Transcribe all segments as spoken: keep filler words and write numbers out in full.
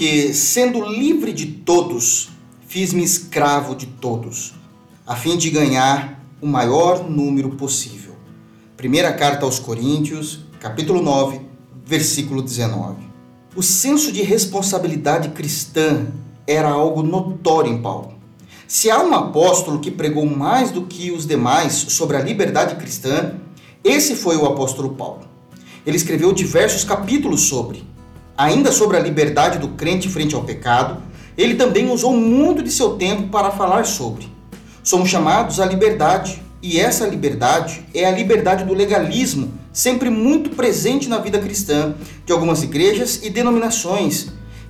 Porque, sendo livre de todos, fiz-me escravo de todos, a fim de ganhar o maior número possível. Primeira carta aos Coríntios, capítulo nove, versículo dezenove. O senso de responsabilidade cristã era algo notório em Paulo. Se há um apóstolo que pregou mais do que os demais sobre a liberdade cristã, esse foi o apóstolo Paulo. Ele escreveu diversos capítulos sobre. Ainda sobre a liberdade do crente frente ao pecado, ele também usou muito de seu tempo para falar sobre. Somos chamados à liberdade, e essa liberdade é a liberdade do legalismo, sempre muito presente na vida cristã de algumas igrejas e denominações,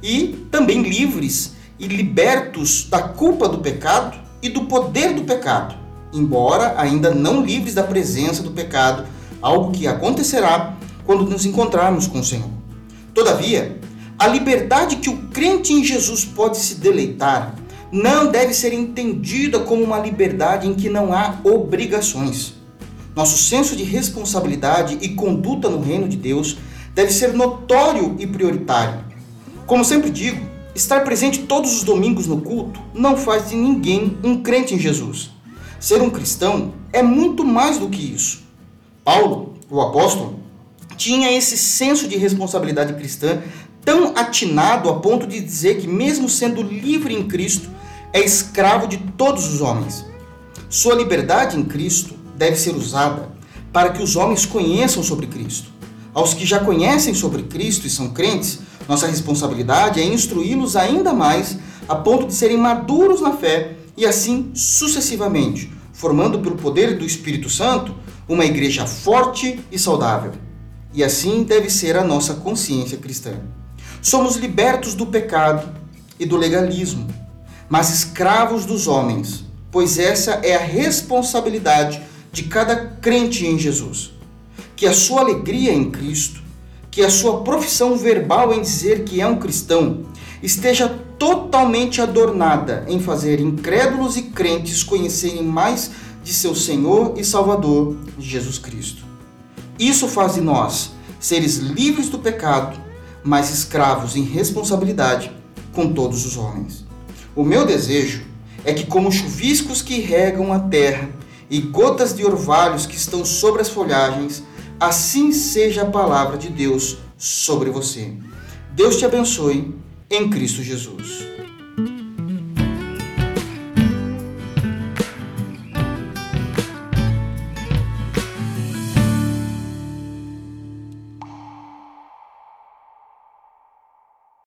e também livres e libertos da culpa do pecado e do poder do pecado, embora ainda não livres da presença do pecado, algo que acontecerá quando nos encontrarmos com o Senhor. Todavia, a liberdade que o crente em Jesus pode se deleitar não deve ser entendida como uma liberdade em que não há obrigações. Nosso senso de responsabilidade e conduta no reino de Deus deve ser notório e prioritário. Como sempre digo, estar presente todos os domingos no culto não faz de ninguém um crente em Jesus. Ser um cristão é muito mais do que isso. Paulo, o apóstolo, tinha esse senso de responsabilidade cristã tão atinado a ponto de dizer que, mesmo sendo livre em Cristo, é escravo de todos os homens. Sua liberdade em Cristo deve ser usada para que os homens conheçam sobre Cristo. Aos que já conhecem sobre Cristo e são crentes, nossa responsabilidade é instruí-los ainda mais a ponto de serem maduros na fé e assim sucessivamente, formando pelo poder do Espírito Santo uma igreja forte e saudável. E assim deve ser a nossa consciência cristã. Somos libertos do pecado e do legalismo, mas escravos dos homens, pois essa é a responsabilidade de cada crente em Jesus. Que a sua alegria em Cristo, que a sua profissão verbal em dizer que é um cristão, esteja totalmente adornada em fazer incrédulos e crentes conhecerem mais de seu Senhor e Salvador, Jesus Cristo. Isso faz de nós seres livres do pecado, mas escravos em responsabilidade com todos os homens. O meu desejo é que, como chuviscos que regam a terra e gotas de orvalhos que estão sobre as folhagens, assim seja a palavra de Deus sobre você. Deus te abençoe em Cristo Jesus.